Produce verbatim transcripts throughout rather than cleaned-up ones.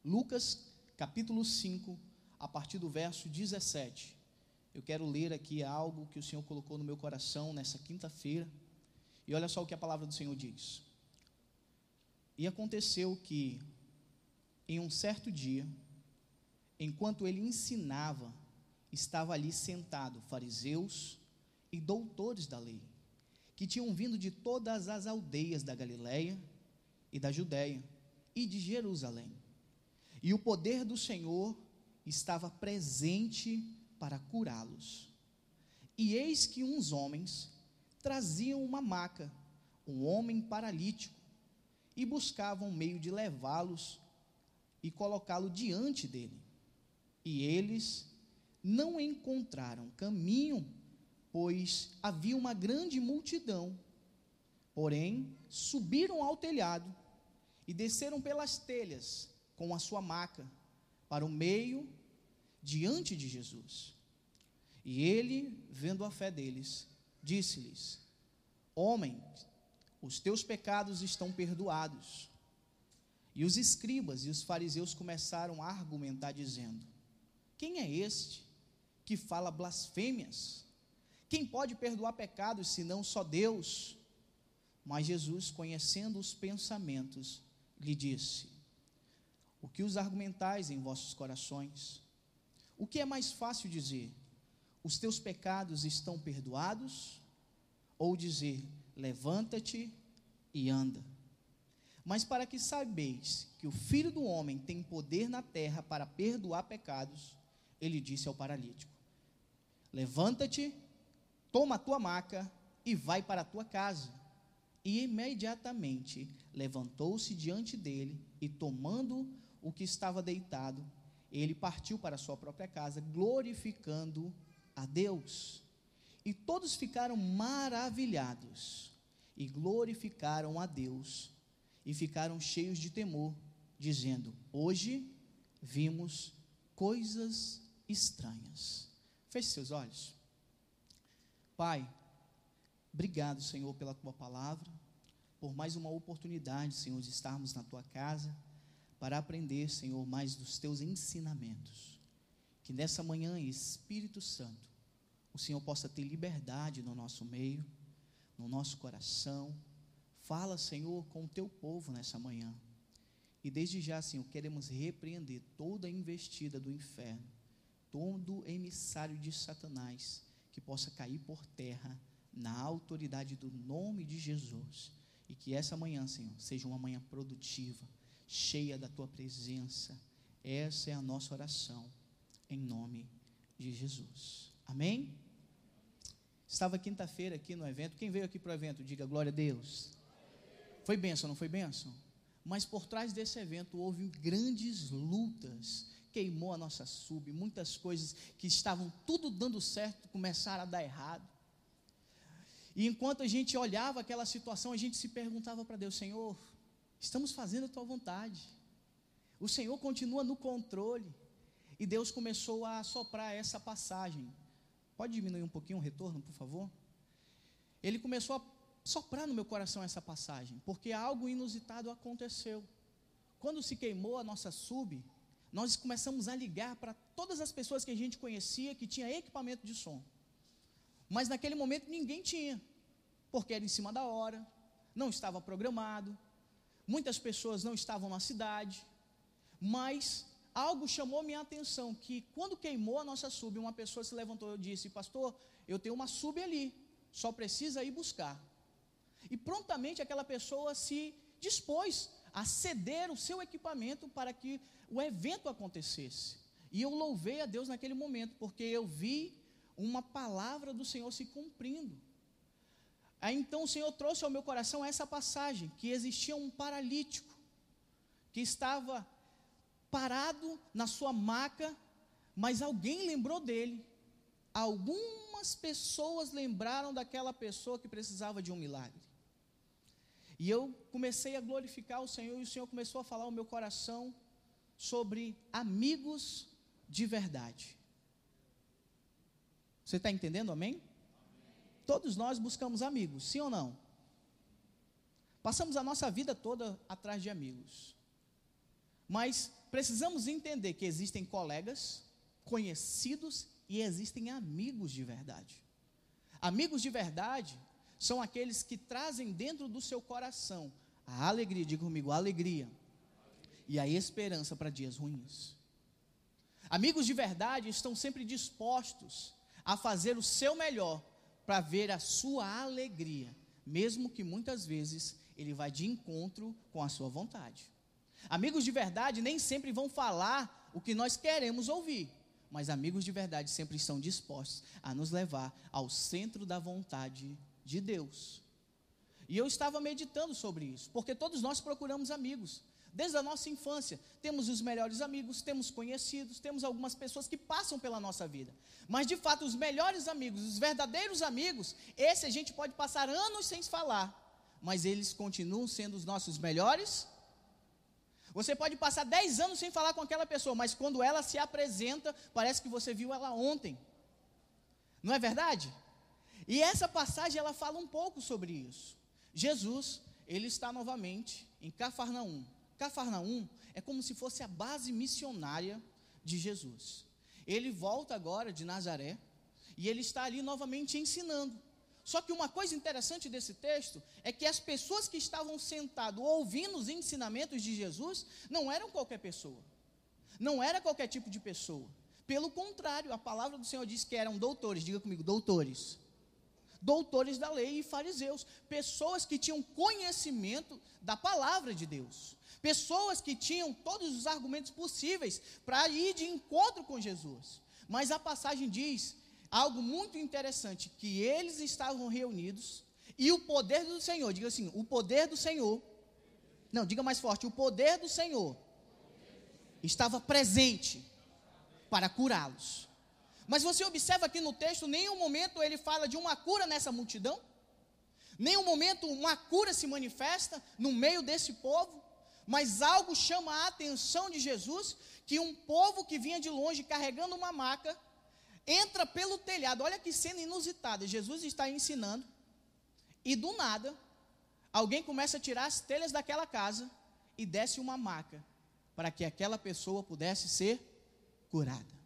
Lucas, capítulo cinco, a partir do verso dezessete. Eu quero ler aqui algo que o Senhor colocou no meu coração nessa quinta-feira. E olha só o que a palavra do Senhor diz. E aconteceu que, em um certo dia, enquanto ele ensinava, estava ali sentado fariseus e doutores da lei, que tinham vindo de todas as aldeias da Galileia e da Judéia e de Jerusalém. E o poder do Senhor estava presente para curá-los. E eis que uns homens traziam uma maca, um homem paralítico, e buscavam meio de levá-los e colocá-lo diante dele. E eles não encontraram caminho, pois havia uma grande multidão. Porém, subiram ao telhado e desceram pelas telhas com a sua maca para o meio, diante de Jesus. E ele, vendo a fé deles, disse-lhes: homens, os teus pecados estão perdoados. E os escribas e os fariseus começaram a argumentar, dizendo: quem é este que fala blasfêmias? Quem pode perdoar pecados, senão só Deus? Mas Jesus, conhecendo os pensamentos, lhe disse: o que os argumentais em vossos corações? O que é mais fácil dizer: os teus pecados estão perdoados? Ou dizer: levanta-te e anda? Mas para que sabeis que o Filho do Homem tem poder na terra para perdoar pecados, ele disse ao paralítico: levanta-te, toma a tua maca e vai para a tua casa. E imediatamente levantou-se diante dele e, tomando o que estava deitado, ele partiu para a sua própria casa, glorificando a Deus. E todos ficaram maravilhados e glorificaram a Deus e ficaram cheios de temor, dizendo: hoje vimos coisas estranhas. Feche seus olhos. Pai, obrigado, Senhor, pela tua palavra, por mais uma oportunidade, Senhor, de estarmos na tua casa para aprender, Senhor, mais dos teus ensinamentos. Que nessa manhã, Espírito Santo, o Senhor possa ter liberdade no nosso meio, no nosso coração. Fala, Senhor, com o teu povo nessa manhã. E desde já, Senhor, queremos repreender toda a investida do inferno, todo emissário de Satanás, que possa cair por terra na autoridade do nome de Jesus. E que essa manhã, Senhor, seja uma manhã produtiva, cheia da tua presença. Essa é a nossa oração, em nome de Jesus. Amém? Estava quinta-feira aqui no evento. Quem veio aqui para o evento, diga glória a Deus. Foi bênção, não foi bênção? Mas por trás desse evento houve grandes lutas. Queimou a nossa sub, muitas coisas que estavam tudo dando certo, começaram a dar errado. E enquanto a gente olhava aquela situação, a gente se perguntava para Deus: Senhor, estamos fazendo a tua vontade, o Senhor continua no controle. E Deus começou a soprar essa passagem. Pode diminuir um pouquinho o retorno, por favor? Ele começou a soprar no meu coração essa passagem, porque algo inusitado aconteceu. Quando se queimou a nossa sub, nós começamos a ligar para todas as pessoas que a gente conhecia, que tinha equipamento de som. Mas naquele momento ninguém tinha, porque era em cima da hora, não estava programado, muitas pessoas não estavam na cidade, mas algo chamou minha atenção, que quando queimou a nossa sub, uma pessoa se levantou e disse: pastor, eu tenho uma sub ali, só precisa ir buscar. E prontamente aquela pessoa se dispôs a ceder o seu equipamento para que o evento acontecesse. E eu louvei a Deus naquele momento, porque eu vi uma palavra do Senhor se cumprindo. Aí então o Senhor trouxe ao meu coração essa passagem, que existia um paralítico, que estava parado na sua maca, mas alguém lembrou dele. Algumas pessoas lembraram daquela pessoa que precisava de um milagre. E eu comecei a glorificar o Senhor, e o Senhor começou a falar ao meu coração sobre amigos de verdade. Você está entendendo, amém? Amém? Todos nós buscamos amigos, sim ou não? Passamos a nossa vida toda atrás de amigos. Mas precisamos entender que existem colegas, conhecidos e existem amigos de verdade. Amigos de verdade são aqueles que trazem dentro do seu coração a alegria, diga comigo, a alegria e a esperança para dias ruins. Amigos de verdade estão sempre dispostos a fazer o seu melhor para ver a sua alegria, mesmo que muitas vezes ele vá de encontro com a sua vontade. Amigos de verdade nem sempre vão falar o que nós queremos ouvir, mas amigos de verdade sempre estão dispostos a nos levar ao centro da vontade de Deus. E eu estava meditando sobre isso, porque todos nós procuramos amigos. Desde a nossa infância, temos os melhores amigos, temos conhecidos, temos algumas pessoas que passam pela nossa vida. Mas de fato, os melhores amigos, os verdadeiros amigos, esse a gente pode passar anos sem falar, mas eles continuam sendo os nossos melhores. Você pode passar dez anos sem falar com aquela pessoa, mas quando ela se apresenta, parece que você viu ela ontem. Não é verdade? E essa passagem, ela fala um pouco sobre isso. Jesus, ele está novamente em Cafarnaum. Cafarnaum é como se fosse a base missionária de Jesus. Ele volta agora de Nazaré e ele está ali novamente ensinando. Só que uma coisa interessante desse texto é que as pessoas que estavam sentadas ouvindo os ensinamentos de Jesus não eram qualquer pessoa, não era qualquer tipo de pessoa. Pelo contrário, a palavra do Senhor diz que eram doutores, diga comigo, doutores. Doutores da lei e fariseus, pessoas que tinham conhecimento da palavra de Deus. Pessoas que tinham todos os argumentos possíveis para ir de encontro com Jesus. Mas a passagem diz algo muito interessante, que eles estavam reunidos e o poder do Senhor, diga assim, o poder do Senhor, não, diga mais forte, o poder do Senhor estava presente para curá-los. Mas você observa aqui no texto, em nenhum momento ele fala de uma cura nessa multidão, em nenhum momento uma cura se manifesta no meio desse povo. Mas algo chama a atenção de Jesus, que um povo que vinha de longe carregando uma maca, entra pelo telhado. Olha que cena inusitada, Jesus está ensinando, e do nada, alguém começa a tirar as telhas daquela casa, e desce uma maca, para que aquela pessoa pudesse ser curada.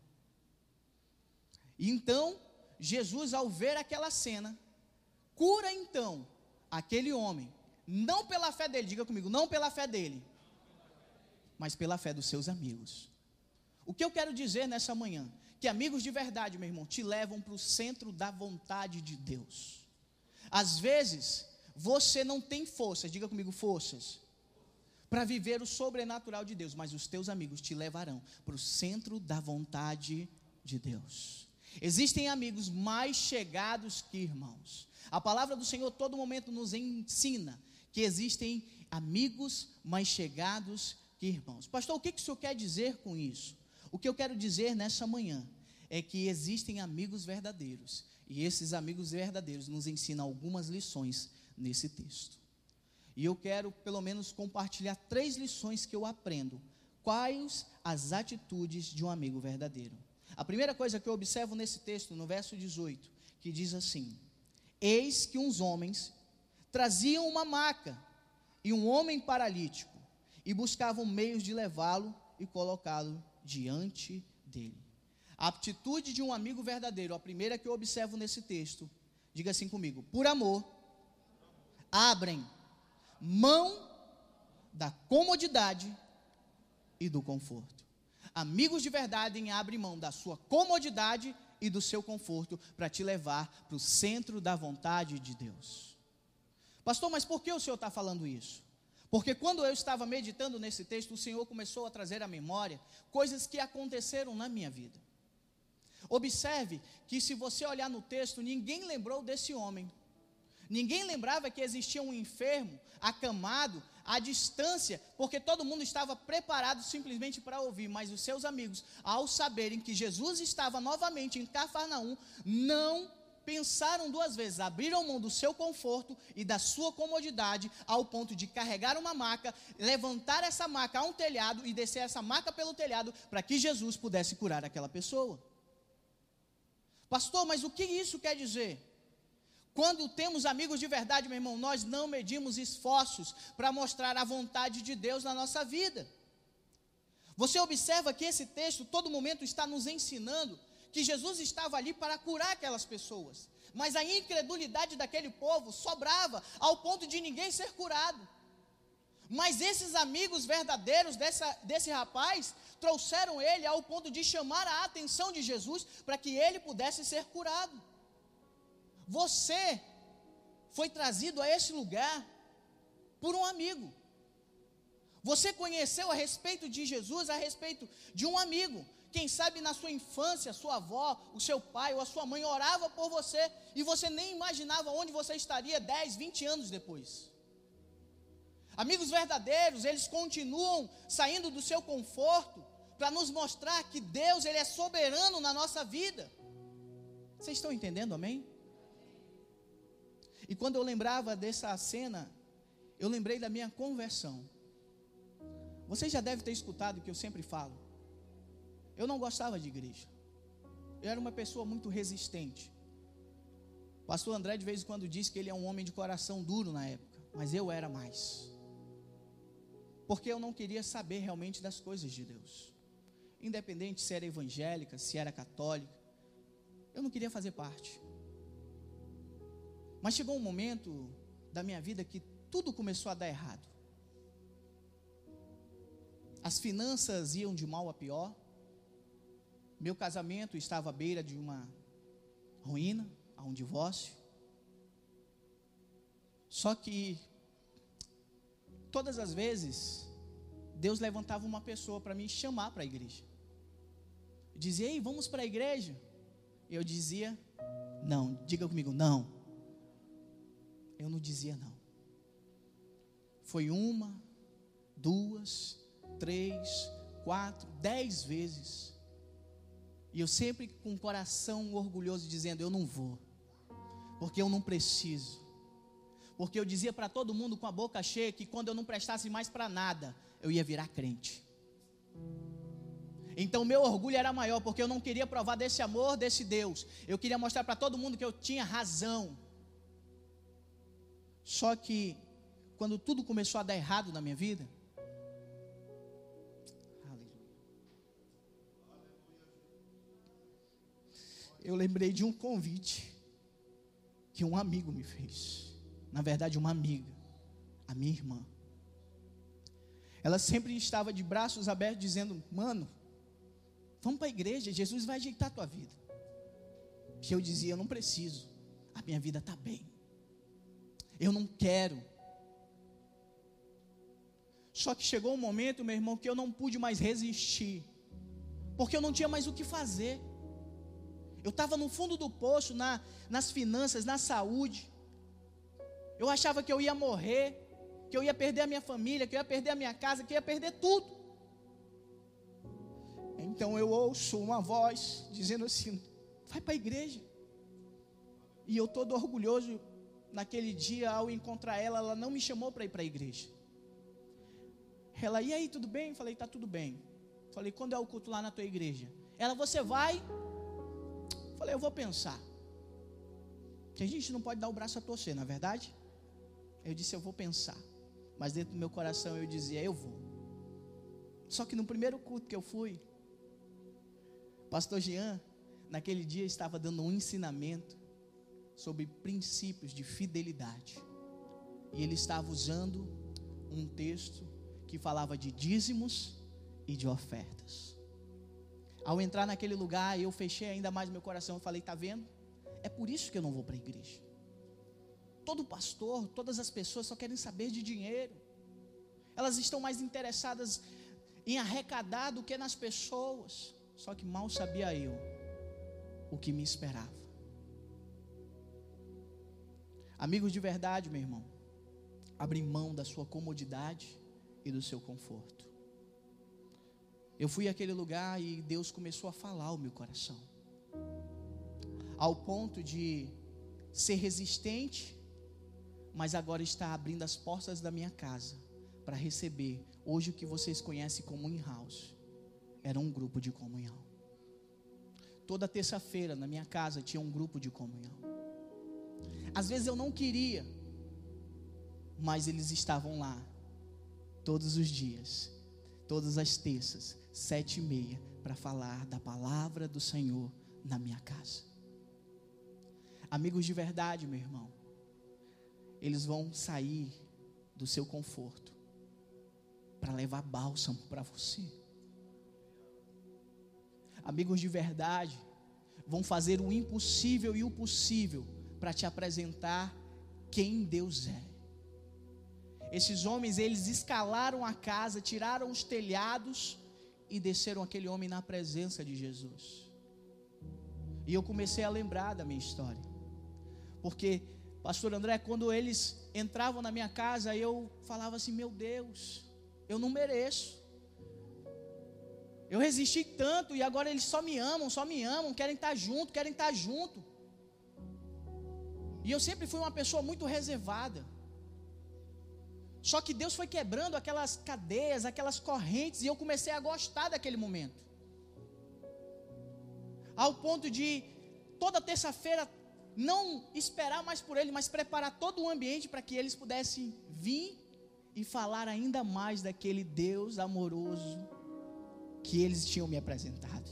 E então, Jesus, ao ver aquela cena, cura então, aquele homem, não pela fé dele, diga comigo, não pela fé dele, mas pela fé dos seus amigos. O que eu quero dizer nessa manhã, que amigos de verdade, meu irmão, te levam para o centro da vontade de Deus. Às vezes, você não tem forças, diga comigo, forças, para viver o sobrenatural de Deus, mas os teus amigos te levarão para o centro da vontade de Deus. Existem amigos mais chegados que irmãos. A palavra do Senhor todo momento nos ensina que existem amigos mais chegados que irmãos. Pastor, o que, que o senhor quer dizer com isso? O que eu quero dizer nessa manhã é que existem amigos verdadeiros, e esses amigos verdadeiros nos ensinam algumas lições nesse texto. E eu quero pelo menos compartilhar três lições que eu aprendo. Quais as atitudes de um amigo verdadeiro? A primeira coisa que eu observo nesse texto, no verso dezoito, que diz assim: eis que uns homens traziam uma maca e um homem paralítico, e buscavam meios de levá-lo e colocá-lo diante dele. A atitude de um amigo verdadeiro, a primeira que eu observo nesse texto, diga assim comigo: por amor, abrem mão da comodidade e do conforto. Amigos de verdade abrem mão da sua comodidade e do seu conforto para te levar para o centro da vontade de Deus. Pastor, mas por que o senhor está falando isso? Porque quando eu estava meditando nesse texto, o Senhor começou a trazer à memória coisas que aconteceram na minha vida. Observe que se você olhar no texto, ninguém lembrou desse homem. Ninguém lembrava que existia um enfermo, acamado, à distância, porque todo mundo estava preparado simplesmente para ouvir, mas os seus amigos, ao saberem que Jesus estava novamente em Cafarnaum, não pensaram duas vezes, abriram mão do seu conforto e da sua comodidade, ao ponto de carregar uma maca, levantar essa maca a um telhado e descer essa maca pelo telhado, para que Jesus pudesse curar aquela pessoa. Pastor, mas o que isso quer dizer? Quando temos amigos de verdade, meu irmão, nós não medimos esforços para mostrar a vontade de Deus na nossa vida. Você observa que esse texto, todo momento, está nos ensinando que Jesus estava ali para curar aquelas pessoas, mas a incredulidade daquele povo sobrava ao ponto de ninguém ser curado. Mas esses amigos verdadeiros dessa, desse rapaz trouxeram ele ao ponto de chamar a atenção de Jesus para que ele pudesse ser curado. Você foi trazido a esse lugar por um amigo. Você conheceu a respeito de Jesus, a respeito de um amigo. Quem sabe na sua infância, sua avó, o seu pai ou a sua mãe orava por você e você nem imaginava onde você estaria dez, vinte anos depois. Amigos verdadeiros, eles continuam saindo do seu conforto para nos mostrar que Deus, Ele é soberano na nossa vida. Vocês estão entendendo, amém? E quando eu lembrava dessa cena, eu lembrei da minha conversão. Você já deve ter escutado o que eu sempre falo. Eu não gostava de igreja. Eu era uma pessoa muito resistente. O pastor André de vez em quando diz que ele é um homem de coração duro na época, mas eu era mais. Porque eu não queria saber realmente das coisas de Deus. Independente se era evangélica, se era católica, eu não queria fazer parte. Mas chegou um momento da minha vida que tudo começou a dar errado. As finanças iam de mal a pior. Meu casamento estava à beira de uma ruína, a um divórcio. Só que todas as vezes Deus levantava uma pessoa para me chamar para a igreja. Eu dizia: ei, vamos para a igreja. Eu dizia: não, diga comigo, não. Eu não dizia não. Foi uma, duas, três, quatro, dez vezes. E eu sempre com o coração orgulhoso dizendo: eu não vou, porque eu não preciso. Porque eu dizia para todo mundo com a boca cheia que quando eu não prestasse mais para nada, eu ia virar crente. Então meu orgulho era maior, porque eu não queria provar desse amor, desse Deus. Eu queria mostrar para todo mundo que eu tinha razão. Só que quando tudo começou a dar errado na minha vida, eu lembrei de um convite que um amigo me fez. Na verdade, uma amiga, a minha irmã. Ela sempre estava de braços abertos dizendo: mano, vamos para a igreja, Jesus vai ajeitar a tua vida. E eu dizia: eu não preciso, a minha vida está bem, eu não quero. Só que chegou um momento, meu irmão, que eu não pude mais resistir, porque eu não tinha mais o que fazer. Eu estava no fundo do poço, na, nas finanças, na saúde. Eu achava que eu ia morrer, que eu ia perder a minha família, que eu ia perder a minha casa, que eu ia perder tudo. Então eu ouço uma voz dizendo assim: vai para a igreja. E eu todo orgulhoso, naquele dia, ao encontrar ela, ela não me chamou para ir para a igreja. Ela: e aí, tudo bem? Falei: tá tudo bem. Falei: quando é o culto lá na tua igreja? Ela: você vai? Falei: eu vou pensar. Que a gente não pode dar o braço a torcer, não é verdade? Eu disse: eu vou pensar. Mas dentro do meu coração eu dizia: eu vou. Só que no primeiro culto que eu fui, pastor Jean, naquele dia estava dando um ensinamento sobre princípios de fidelidade. E ele estava usando um texto que falava de dízimos e de ofertas. Ao entrar naquele lugar, eu fechei ainda mais meu coração. Eu falei: tá vendo? É por isso que eu não vou para a igreja. Todo pastor, todas as pessoas só querem saber de dinheiro. Elas estão mais interessadas em arrecadar do que nas pessoas. Só que mal sabia eu o que me esperava. Amigos de verdade, meu irmão, abre mão da sua comodidade e do seu conforto. Eu fui àquele lugar e Deus começou a falar ao meu coração, ao ponto de ser resistente, mas agora está abrindo as portas da minha casa para receber hoje o que vocês conhecem como in-house. Era um grupo de comunhão. Toda terça-feira na minha casa tinha um grupo de comunhão. Às vezes eu não queria, mas eles estavam lá todos os dias. todas as terças, sete e meia, para falar da palavra do Senhor na minha casa. Amigos de verdade, meu irmão, eles vão sair do seu conforto para levar bálsamo para você. Amigos de verdade vão fazer o impossível e o possível para te apresentar quem Deus é. Esses homens, eles escalaram a casa, tiraram os telhados e desceram aquele homem na presença de Jesus. E eu comecei a lembrar da minha história, porque, pastor André, quando eles entravam na minha casa, eu falava assim: meu Deus, eu não mereço, eu resisti tanto e agora eles só me amam, só me amam, querem estar junto, querem estar junto. E eu sempre fui uma pessoa muito reservada. Só que Deus foi quebrando aquelas cadeias, aquelas correntes, e eu comecei a gostar daquele momento. Ao ponto de, toda terça-feira, não esperar mais por ele, mas preparar todo o ambiente para que eles pudessem vir e falar ainda mais daquele Deus amoroso que eles tinham me apresentado.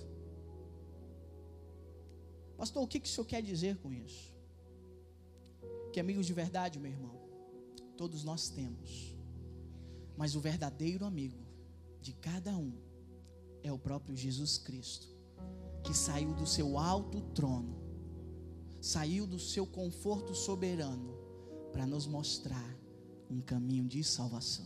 Pastor, o que, que o senhor quer dizer com isso? Que amigos de verdade, meu irmão, todos nós temos, mas o verdadeiro amigo de cada um é o próprio Jesus Cristo, que saiu do seu alto trono, saiu do seu conforto soberano para nos mostrar um caminho de salvação.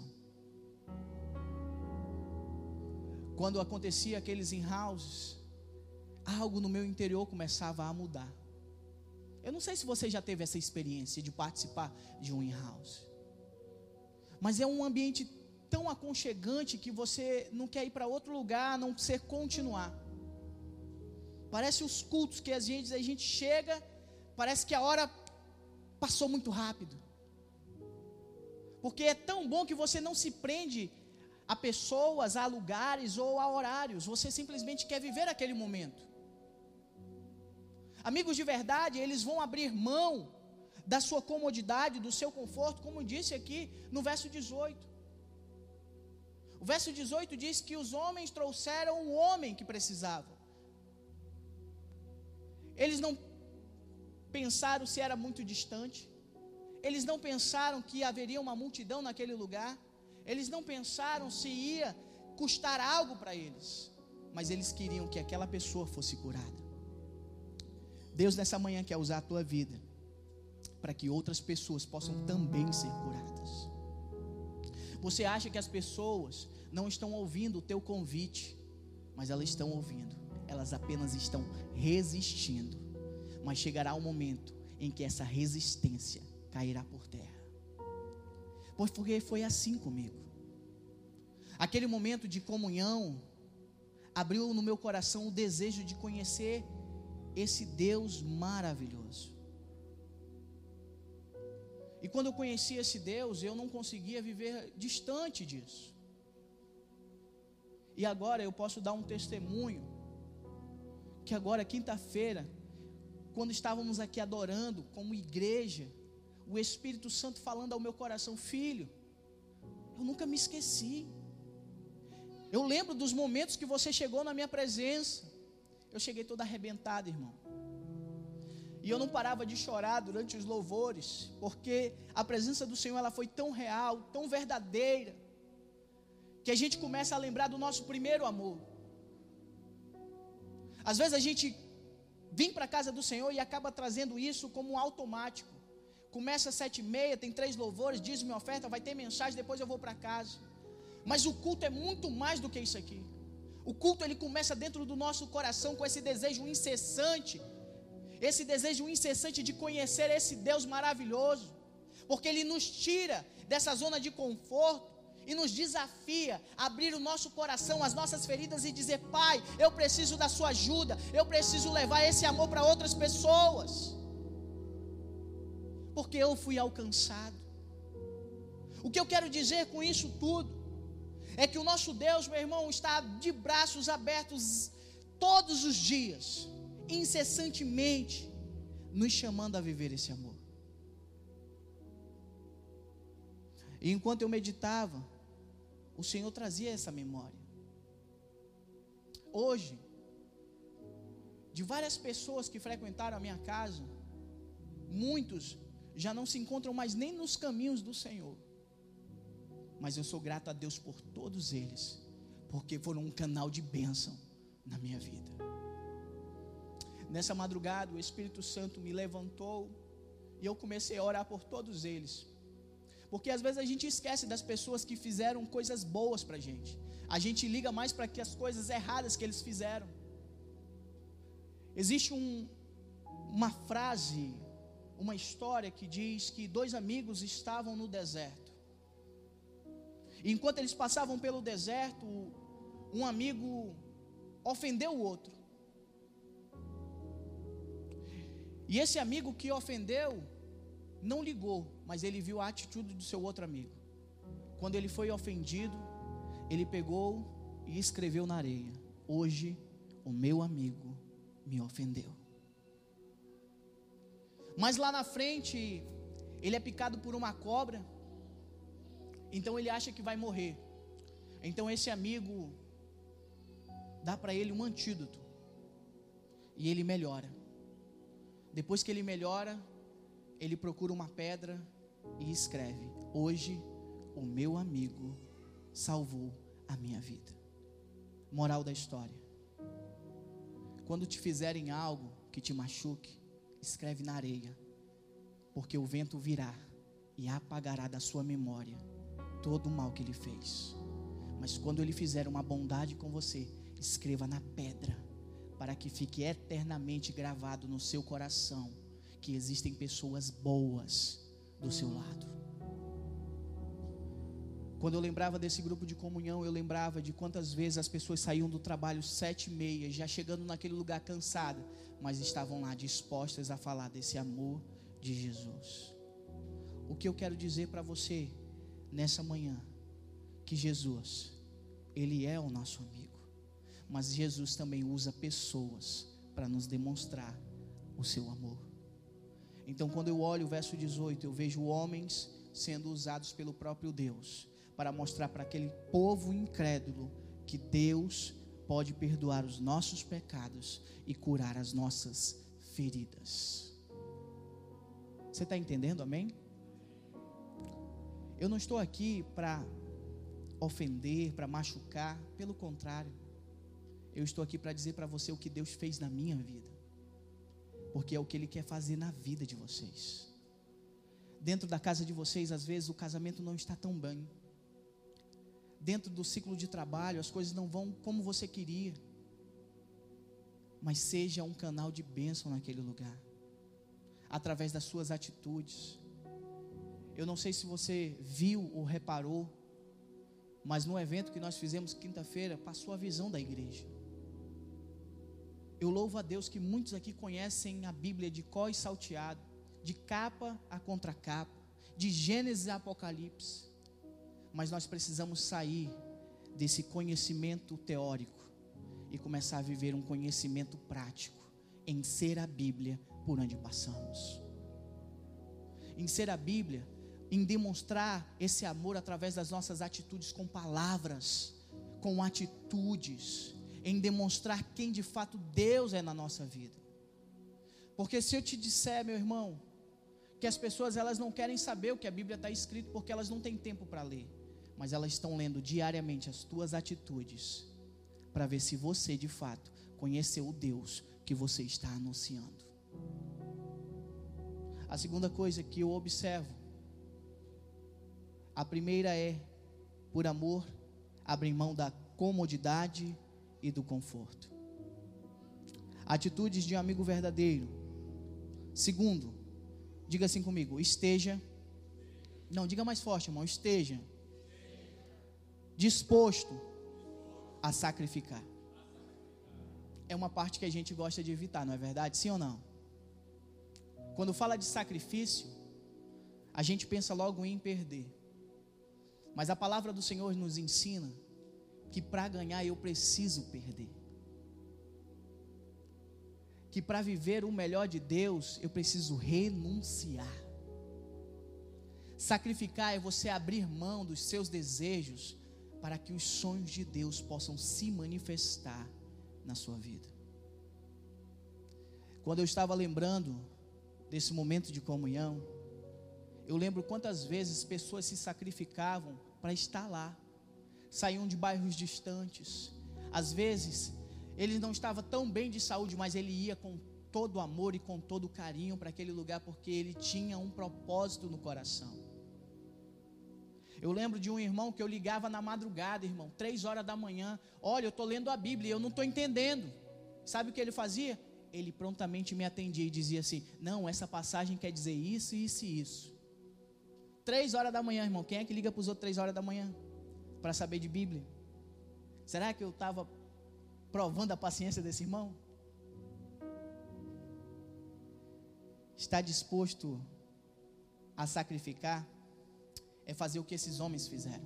Quando acontecia aqueles in-houses, algo no meu interior começava a mudar. Eu não sei se você já teve essa experiência de participar de um in-house, mas é um ambiente tão aconchegante que você não quer ir para outro lugar, a não ser continuar. Parece os cultos que às vezes a gente chega, parece que a hora passou muito rápido, porque é tão bom que você não se prende a pessoas, a lugares ou a horários, você simplesmente quer viver aquele momento. Amigos de verdade, eles vão abrir mão da sua comodidade, do seu conforto, como disse aqui no verso dezoito. O verso dezoito diz que os homens trouxeram o homem que precisavam. Eles não pensaram se era muito distante, eles não pensaram que haveria uma multidão naquele lugar, eles não pensaram se ia custar algo para eles, mas eles queriam que aquela pessoa fosse curada. Deus nessa manhã quer usar a tua vida para que outras pessoas possam também ser curadas. Você acha que as pessoas não estão ouvindo o teu convite, mas elas estão ouvindo, elas apenas estão resistindo, mas chegará um momento em que essa resistência cairá por terra. Porque foi assim comigo. Aquele momento de comunhão abriu no meu coração o desejo de conhecer esse Deus maravilhoso. E quando eu conheci esse Deus, eu não conseguia viver distante disso. E agora eu posso dar um testemunho, que agora, quinta-feira, quando estávamos aqui adorando como igreja, o Espírito Santo falando ao meu coração: filho, eu nunca me esqueci. Eu lembro dos momentos que você chegou na minha presença. Eu cheguei todo arrebentado, irmão. E eu não parava de chorar durante os louvores, porque a presença do Senhor, ela foi tão real, tão verdadeira, que a gente começa a lembrar do nosso primeiro amor. Às vezes a gente vem para a casa do Senhor e acaba trazendo isso como um automático. Começa às sete e meia, tem três louvores, diz minha oferta, vai ter mensagem, depois eu vou para casa. Mas o culto é muito mais do que isso aqui. O culto, ele começa dentro do nosso coração com esse desejo incessante, esse desejo incessante de conhecer esse Deus maravilhoso, porque Ele nos tira dessa zona de conforto e nos desafia a abrir o nosso coração, as nossas feridas e dizer: Pai, eu preciso da sua ajuda, eu preciso levar esse amor para outras pessoas, porque eu fui alcançado. O que eu quero dizer com isso tudo é que o nosso Deus, meu irmão, está de braços abertos todos os dias, incessantemente, nos chamando a viver esse amor. E enquanto eu meditava, o Senhor trazia essa memória. hoje, de várias pessoas que frequentaram a minha casa, muitos já não se encontram mais nem nos caminhos do Senhor. Mas eu sou grato a Deus por todos eles, porque foram um canal de bênção na minha vida. Nessa madrugada o Espírito Santo me levantou e eu comecei a orar por todos eles, porque às vezes a gente esquece das pessoas que fizeram coisas boas para a gente. A gente liga mais para que as coisas erradas que eles fizeram. Existe um, uma frase, uma história que diz que dois amigos estavam no deserto. E enquanto eles passavam pelo deserto, um amigo ofendeu o outro. E esse amigo que ofendeu não ligou, mas ele viu a atitude do seu outro amigo. Quando ele foi ofendido, ele pegou e escreveu na areia: hoje o meu amigo me ofendeu. Mas lá na frente, ele é picado por uma cobra, então ele acha que vai morrer. Então esse amigo dá para ele um antídoto, e ele melhora. Depois que ele melhora, ele procura uma pedra e escreve: hoje o meu amigo salvou a minha vida. Moral da história: quando te fizerem algo que te machuque, escreve na areia, porque o vento virá e apagará da sua memória todo o mal que ele fez. Mas quando ele fizer uma bondade com você, escreva na pedra, para que fique eternamente gravado no seu coração que existem pessoas boas do seu lado. Quando eu lembrava desse grupo de comunhão, eu lembrava de quantas vezes as pessoas saíam do trabalho sete e meia, já chegando naquele lugar cansada, mas estavam lá dispostas a falar desse amor de Jesus. O que eu quero dizer para você nessa manhã, que Jesus, Ele é o nosso amigo, mas Jesus também usa pessoas para nos demonstrar o seu amor. Então, quando eu olho o verso dezoito, eu vejo homens sendo usados pelo próprio Deus para mostrar para aquele povo incrédulo que Deus pode perdoar os nossos pecados e curar as nossas feridas. Você está entendendo, amém? Eu não estou aqui para ofender, para machucar, pelo contrário, eu estou aqui para dizer para você o que Deus fez na minha vida, porque é o que Ele quer fazer na vida de vocês. Dentro da casa de vocês, às vezes o casamento não está tão bem. Dentro do ciclo de trabalho, as coisas não vão como você queria. Mas seja um canal de bênção naquele lugar, através das suas atitudes. Eu não sei se você viu ou reparou, mas no evento que nós fizemos quinta-feira, passou a visão da igreja. Eu louvo a Deus que muitos aqui conhecem a Bíblia de cor e salteado, de capa a contracapa, de Gênesis a Apocalipse. Mas nós precisamos sair desse conhecimento teórico e começar a viver um conhecimento prático, em ser a Bíblia por onde passamos. Em ser a Bíblia, em demonstrar esse amor através das nossas atitudes com palavras, com atitudes, em demonstrar quem de fato Deus é na nossa vida. Porque se eu te disser, meu irmão, que as pessoas elas não querem saber o que a Bíblia está escrito, porque elas não têm tempo para ler, mas elas estão lendo diariamente as tuas atitudes, para ver se você de fato conheceu o Deus que você está anunciando. A segunda coisa que eu observo, a primeira é, por amor, abrir mão da comodidade e do conforto. Atitudes de um amigo verdadeiro. Segundo, diga assim comigo, esteja, não, diga mais forte, irmão, esteja disposto a sacrificar. É uma parte que a gente gosta de evitar, não é verdade? Sim ou não? Quando fala de sacrifício, a gente pensa logo em perder. Mas a palavra do Senhor nos ensina que para ganhar eu preciso perder. Que para viver o melhor de Deus eu preciso renunciar. Sacrificar é você abrir mão dos seus desejos para que os sonhos de Deus possam se manifestar na sua vida. Quando eu estava lembrando desse momento de comunhão, eu lembro quantas vezes pessoas se sacrificavam para estar lá, saíam de bairros distantes, às vezes ele não estava tão bem de saúde, mas ele ia com todo amor e com todo carinho para aquele lugar, porque ele tinha um propósito no coração. Eu lembro de um irmão que eu ligava na madrugada, irmão, três horas da manhã, olha, eu estou lendo a Bíblia e eu não estou entendendo. Sabe o que ele fazia? Ele prontamente me atendia e dizia assim, não, essa passagem quer dizer isso, isso e isso. Três horas da manhã, irmão, quem é que liga para os outros três horas da manhã? Para saber de Bíblia? Será que eu estava provando a paciência desse irmão? Está disposto a sacrificar? É fazer o que esses homens fizeram.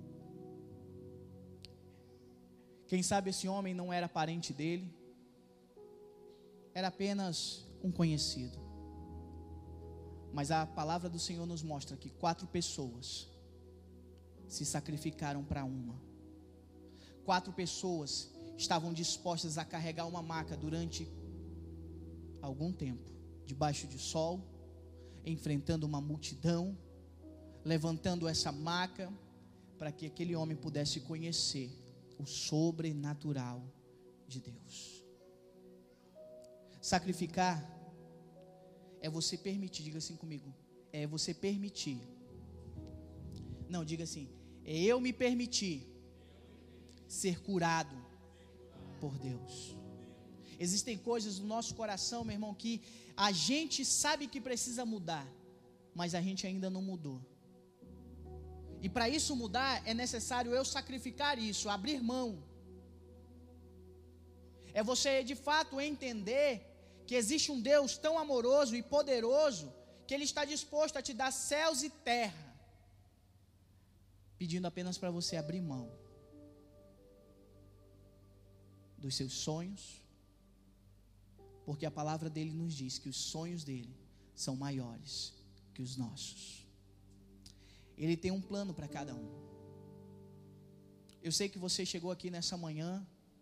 Quem sabe esse homem não era parente dele, era apenas um conhecido. Mas a palavra do Senhor nos mostra que quatro pessoas se sacrificaram para uma. Quatro pessoas estavam dispostas a carregar uma maca durante algum tempo, debaixo de sol, enfrentando uma multidão, levantando essa maca, para que aquele homem pudesse conhecer o sobrenatural de Deus. Sacrificar é você permitir, diga assim comigo, é você permitir, não, diga assim, é eu me permitir ser curado por Deus. Existem coisas no nosso coração, meu irmão, que a gente sabe que precisa mudar, mas a gente ainda não mudou. E para isso mudar, é necessário eu sacrificar isso, abrir mão. É você de fato entender que existe um Deus tão amoroso e poderoso, que Ele está disposto a te dar céus e terra, pedindo apenas para você abrir mão dos seus sonhos, porque a palavra dele nos diz que os sonhos dele são maiores que os nossos. Ele tem um plano para cada um. Eu sei que você chegou aqui nessa manhã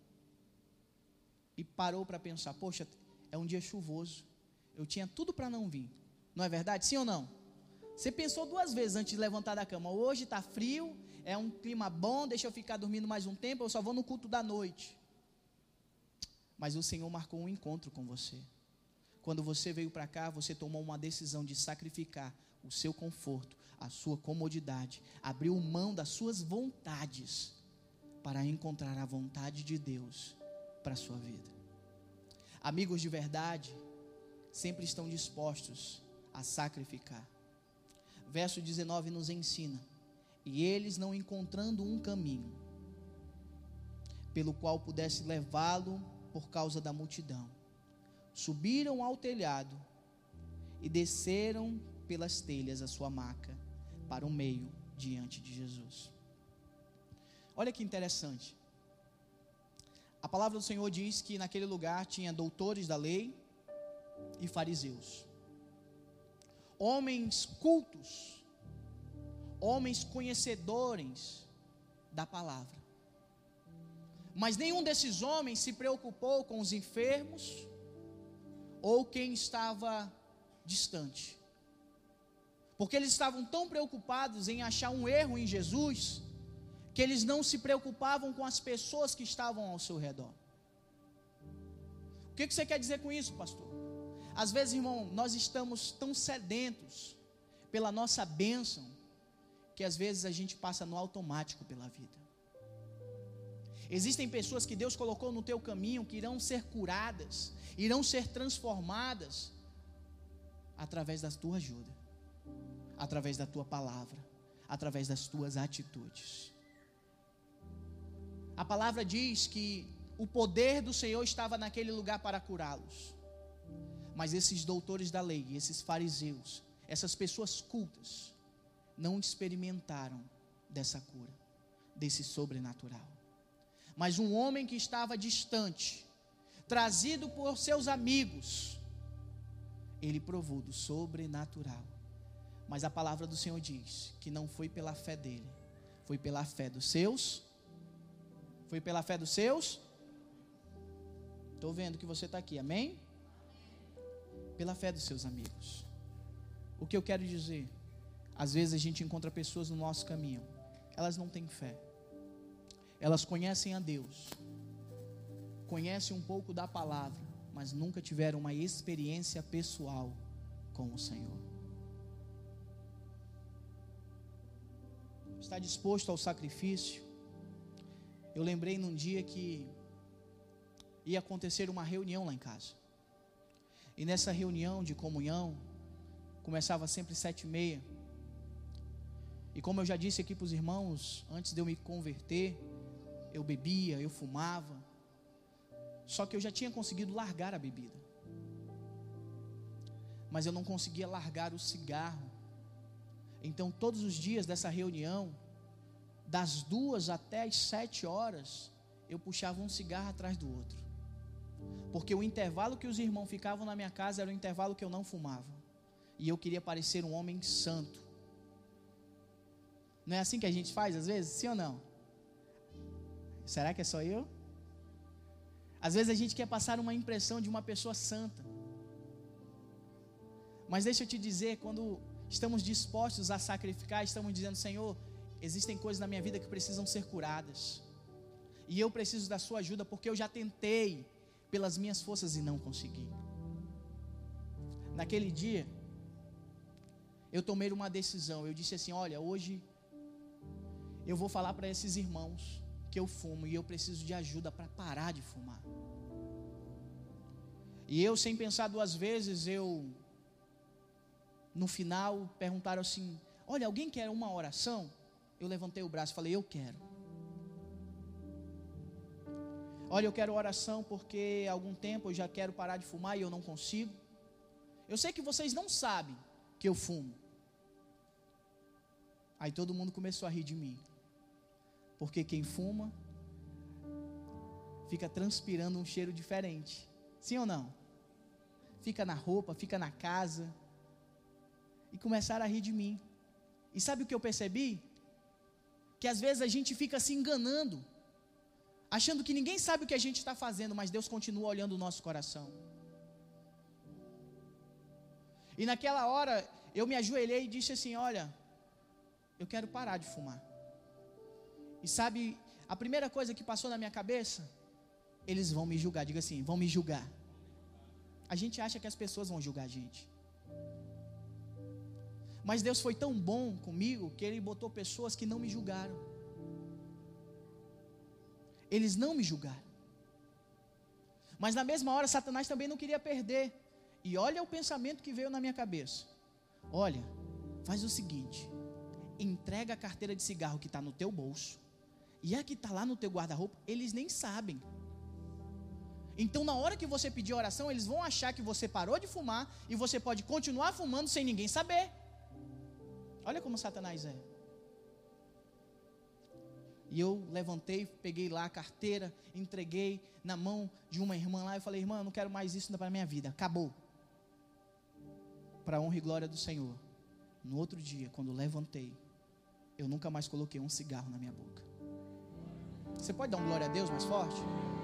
e parou para pensar, poxa, é um dia chuvoso, eu tinha tudo para não vir, não é verdade? Sim ou não? Você pensou duas vezes antes de levantar da cama, hoje está frio, é um clima bom, deixa eu ficar dormindo mais um tempo, eu só vou no culto da noite. Mas o Senhor marcou um encontro com você. Quando você veio para cá, você tomou uma decisão de sacrificar o seu conforto, a sua comodidade, abriu mão das suas vontades para encontrar a vontade de Deus para a sua vida. Amigos de verdade sempre estão dispostos a sacrificar. Verso dezenove nos ensina: e eles, não encontrando um caminho pelo qual pudesse levá-lo por causa da multidão, subiram ao telhado e desceram pelas telhas a sua maca para o meio diante de Jesus. Olha que interessante. A palavra do Senhor diz que naquele lugar tinha doutores da lei e fariseus, homens cultos, homens conhecedores da palavra. Mas nenhum desses homens se preocupou com os enfermos ou quem estava distante, porque eles estavam tão preocupados em achar um erro em Jesus, que eles não se preocupavam com as pessoas que estavam ao seu redor. O que você quer dizer com isso, pastor? Às vezes, irmão, nós estamos tão sedentos pela nossa bênção, que às vezes a gente passa no automático pela vida. Existem pessoas que Deus colocou no teu caminho, que irão ser curadas, irão ser transformadas, através da tua ajuda, através da tua palavra, através das tuas atitudes. A palavra diz que o poder do Senhor estava naquele lugar para curá-los. Mas esses doutores da lei, esses fariseus, essas pessoas cultas, não experimentaram dessa cura, desse sobrenatural. Mas um homem que estava distante, trazido por seus amigos, ele provou do sobrenatural. Mas a palavra do Senhor diz que não foi pela fé dele, foi pela fé dos seus, foi pela fé dos seus Estou vendo que você está aqui, amém? Pela fé dos seus amigos. O que eu quero dizer? Às vezes a gente encontra pessoas no nosso caminho, elas não têm fé, elas conhecem a Deus, conhecem um pouco da palavra, mas nunca tiveram uma experiência pessoal com o Senhor. Está disposto ao sacrifício? Eu lembrei num dia que ia acontecer uma reunião lá em casa, e nessa reunião de comunhão, começava sempre sete e meia, e como eu já disse aqui para os irmãos, antes de eu me converter, eu bebia, eu fumava, só que eu já tinha conseguido largar a bebida, mas eu não conseguia largar o cigarro. Então todos os dias dessa reunião, das duas até as sete horas, eu puxava um cigarro atrás do outro, porque o intervalo que os irmãos ficavam na minha casa era o intervalo que eu não fumava, e eu queria parecer um homem santo. Não é assim que a gente faz às vezes? Sim ou não? Será que é só eu? Às vezes a gente quer passar uma impressão de uma pessoa santa, mas deixa eu te dizer, quando estamos dispostos a sacrificar, estamos dizendo: Senhor, existem coisas na minha vida que precisam ser curadas, e eu preciso da sua ajuda, porque eu já tentei pelas minhas forças e não consegui. Naquele dia, eu tomei uma decisão. Eu disse assim: olha, hoje eu vou falar para esses irmãos que eu fumo, e eu preciso de ajuda para parar de fumar. E eu, sem pensar duas vezes, eu, no final, perguntaram assim: olha, alguém quer uma oração? Eu levantei o braço e falei: eu quero. Olha, eu quero oração porque há algum tempo eu já quero parar de fumar e eu não consigo. Eu sei que vocês não sabem que eu fumo. Aí todo mundo começou a rir de mim, porque quem fuma fica transpirando um cheiro diferente, sim ou não? Fica na roupa, fica na casa. E começaram a rir de mim. E sabe o que eu percebi? Que às vezes a gente fica se enganando, achando que ninguém sabe o que a gente está fazendo, mas Deus continua olhando o nosso coração. E naquela hora eu me ajoelhei e disse assim: olha, eu quero parar de fumar. E sabe, a primeira coisa que passou na minha cabeça: eles vão me julgar. Diga assim: vão me julgar. A gente acha que as pessoas vão julgar a gente, mas Deus foi tão bom comigo que Ele botou pessoas que não me julgaram. Eles não me julgaram. Mas na mesma hora Satanás também não queria perder. E olha o pensamento que veio na minha cabeça: olha, faz o seguinte, entrega a carteira de cigarro que está no teu bolso, e a que está lá no teu guarda-roupa, eles nem sabem. Então na hora que você pedir oração, eles vão achar que você parou de fumar, e você pode continuar fumando sem ninguém saber. Olha como Satanás é. E eu levantei, peguei lá a carteira, entreguei na mão de uma irmã lá, e falei: irmã, eu não quero mais isso para a minha vida, acabou. Para a honra e glória do Senhor, no outro dia, quando levantei, eu nunca mais coloquei um cigarro na minha boca. Você pode dar um glória a Deus mais forte?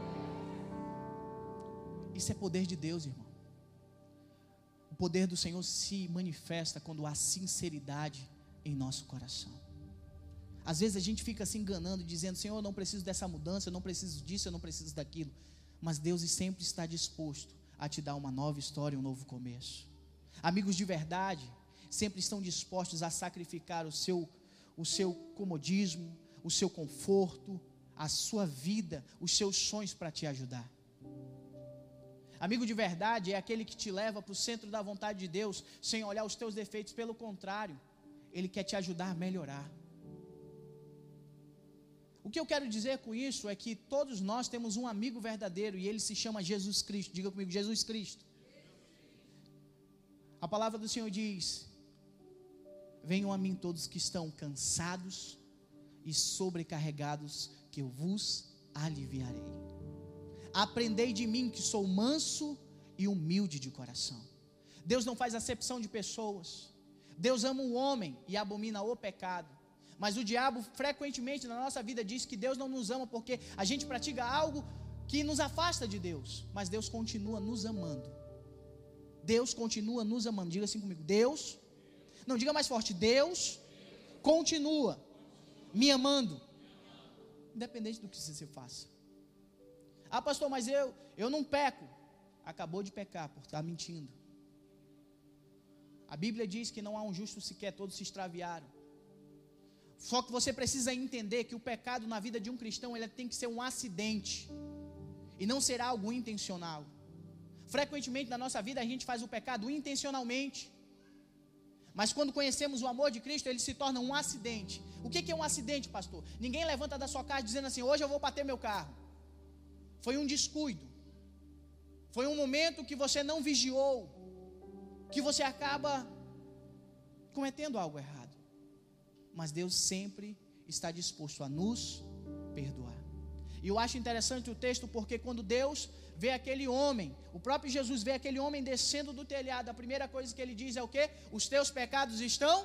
Isso é poder de Deus, irmão. O poder do Senhor se manifesta quando há sinceridade em nosso coração. Às vezes a gente fica se enganando, dizendo: Senhor, eu não preciso dessa mudança, eu não preciso disso, eu não preciso daquilo. Mas Deus sempre está disposto a te dar uma nova história, um novo começo. Amigos de verdade sempre estão dispostos a sacrificar o seu, o seu comodismo, o seu conforto, a sua vida, os seus sonhos para te ajudar. Amigo de verdade é aquele que te leva para o centro da vontade de Deus, sem olhar os teus defeitos. Pelo contrário, ele quer te ajudar a melhorar. O que eu quero dizer com isso é que todos nós temos um amigo verdadeiro, e ele se chama Jesus Cristo. Diga comigo: Jesus Cristo. A palavra do Senhor diz: venham a mim todos que estão cansados e sobrecarregados, que eu vos aliviarei. Aprendei de mim, que sou manso e humilde de coração. Deus não faz acepção de pessoas. Deus ama o homem e abomina o pecado. Mas o diabo frequentemente na nossa vida diz que Deus não nos ama porque a gente pratica algo que nos afasta de Deus, mas Deus continua nos amando. Deus continua nos amando. Diga assim comigo: Deus, não, diga mais forte: Deus continua me amando, independente do que você faça. Ah, pastor, mas eu, eu não peco. Acabou de pecar por estar mentindo. A Bíblia diz que não há um justo sequer, todos se extraviaram. Só que você precisa entender que o pecado na vida de um cristão, ele tem que ser um acidente, e não ser algo intencional. Frequentemente na nossa vida a gente faz o pecado intencionalmente, mas quando conhecemos o amor de Cristo, ele se torna um acidente. O que é um acidente, pastor? Ninguém levanta da sua casa dizendo assim: hoje eu vou bater meu carro. Foi um descuido, foi um momento que você não vigiou, que você acaba cometendo algo errado. Mas Deus sempre está disposto a nos perdoar. E eu acho interessante o texto, porque quando Deus vê aquele homem, o próprio Jesus vê aquele homem descendo do telhado, a primeira coisa que ele diz é o quê? Os teus pecados estão...